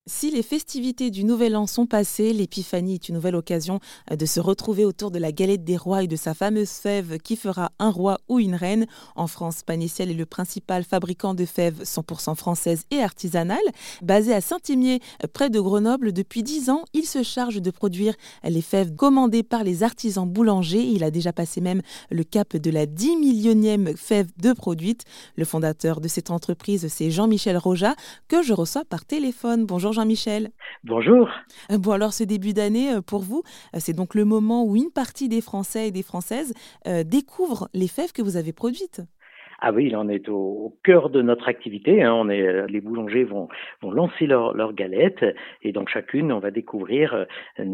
Si les festivités du Nouvel An sont passées, l'Épiphanie est une nouvelle occasion de se retrouver autour de la galette des rois et de sa fameuse fève qui fera un roi ou une reine. En France, Panessiel est le principal fabricant de fèves 100% françaises et artisanales. Basé à Saint-Imier, près de Grenoble, depuis 10 ans, il se charge de produire les fèves commandées par les artisans boulangers. Il a déjà passé même le cap de la 10 millionième fève de produite. Le fondateur de cette entreprise, c'est Jean-Michel Rojat, que je reçois par téléphone. Bonjour Jean-Michel. Bonjour. Bon alors ce début d'année, pour vous, c'est donc le moment où une partie des Français et des Françaises découvrent les fèves que vous avez produites. Ah oui, là on est au cœur de notre activité. Les boulangers vont lancer leurs galettes et donc chacune, on va découvrir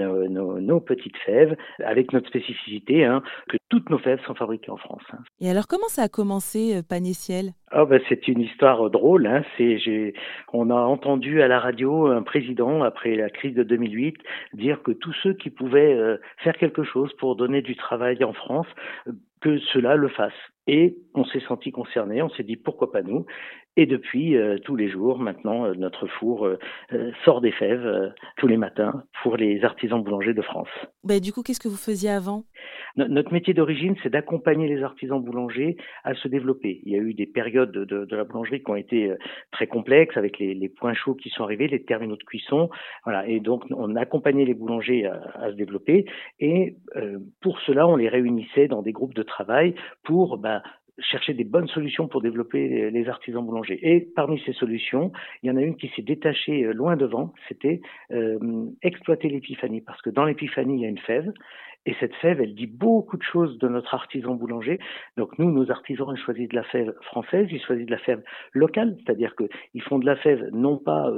nos petites fèves avec notre spécificité, que toutes nos fèves sont fabriquées en France. Et alors comment ça a commencé, Panessiel ? C'est une histoire drôle. On a entendu à la radio un président, après la crise de 2008, dire que tous ceux qui pouvaient faire quelque chose pour donner du travail en France, que ceux-là le fassent. Et on s'est senti concerné, on s'est dit pourquoi pas nous. Et depuis, tous les jours, maintenant, notre four sort des fèves tous les matins pour les artisans boulangers de France. Du coup, qu'est-ce que vous faisiez avant ? Notre métier d'origine, c'est d'accompagner les artisans boulangers à se développer. Il y a eu des périodes de la boulangerie qui ont été très complexes, avec les points chauds qui sont arrivés, les terminaux de cuisson. Voilà. Et donc, on accompagnait les boulangers à se développer. Et pour cela, on les réunissait dans des groupes de travail pour chercher des bonnes solutions pour développer les artisans boulangers. Et parmi ces solutions, il y en a une qui s'est détachée loin devant, c'était exploiter l'épiphanie. Parce que dans l'épiphanie, il y a une fève. Et cette fève, elle dit beaucoup de choses de notre artisan boulanger. Donc nous, nos artisans, ils choisissent de la fève française, ils choisissent de la fève locale, c'est-à-dire qu'ils font de la fève non pas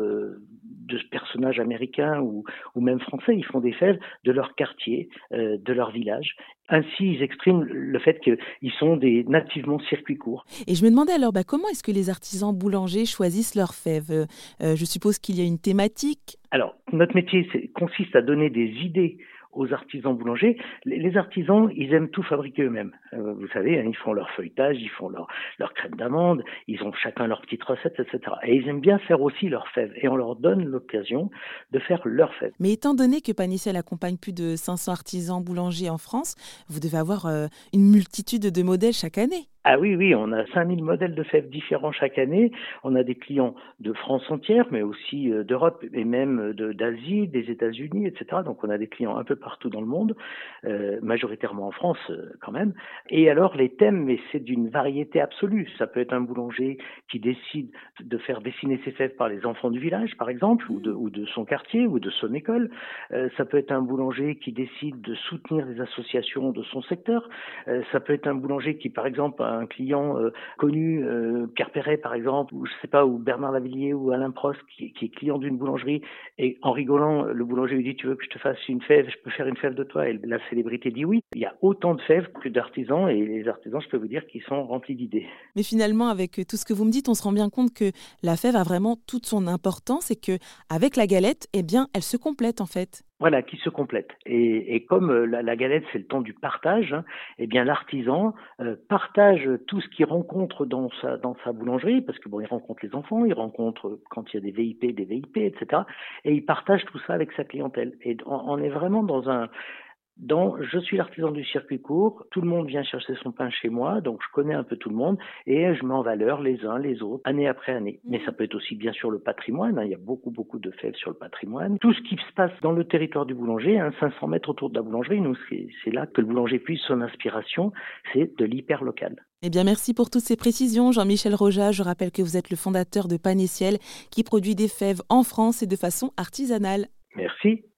de personnages américains ou même français, ils font des fèves de leur quartier, de leur village. Ainsi, ils expriment le fait qu'ils sont des nativement circuits courts. Et je me demandais alors, comment est-ce que les artisans boulangers choisissent leurs fèves ? Je suppose qu'il y a une thématique. Alors, notre métier consiste à donner des idées aux artisans boulangers. Les artisans, ils aiment tout fabriquer eux-mêmes. Vous savez, ils font leur feuilletage, ils font leur crème d'amande, ils ont chacun leur petite recette, etc. Et ils aiment bien faire aussi leurs fèves. Et on leur donne l'occasion de faire leurs fèves. Mais étant donné que Panessiel accompagne plus de 500 artisans boulangers en France, vous devez avoir une multitude de modèles chaque année. Ah oui, on a 5000 modèles de fèves différents chaque année. On a des clients de France entière, mais aussi d'Europe et même d'Asie, des États-Unis, etc. Donc on a des clients un peu partout dans le monde, majoritairement en France quand même. Et alors les thèmes, mais c'est d'une variété absolue. Ça peut être un boulanger qui décide de faire dessiner ses fèves par les enfants du village, par exemple, ou de son quartier, ou de son école. Ça peut être un boulanger qui décide de soutenir les associations de son secteur. Ça peut être un boulanger qui, par exemple, un client connu, Pierre Perret par exemple, ou je sais pas, ou Bernard Lavillier ou Alain Prost qui est client d'une boulangerie, et en rigolant, le boulanger lui dit tu veux que je te fasse une fève, je peux faire une fève de toi, et la célébrité dit oui. Il y a autant de fèves que d'artisans, et les artisans, je peux vous dire qu'ils sont remplis d'idées. Mais finalement, avec tout ce que vous me dites, on se rend bien compte que la fève a vraiment toute son importance et que avec la galette, elle se complète en fait. Voilà, qui se complète. Et comme la galette, c'est le temps du partage, l'artisan partage tout ce qu'il rencontre dans sa boulangerie, parce que il rencontre les enfants, il rencontre quand il y a des VIP, etc. Et il partage tout ça avec sa clientèle. Et on est vraiment je suis l'artisan du circuit court, tout le monde vient chercher son pain chez moi, donc je connais un peu tout le monde et je mets en valeur les uns les autres, année après année. Mais ça peut être aussi bien sûr le patrimoine, il y a beaucoup de fèves sur le patrimoine. Tout ce qui se passe dans le territoire du boulanger, 500 mètres autour de la boulangerie, nous c'est là que le boulanger puise son inspiration, c'est de l'hyper local. Merci pour toutes ces précisions, Jean-Michel Rojat. Je rappelle que vous êtes le fondateur de Panessiel qui produit des fèves en France et de façon artisanale. Merci.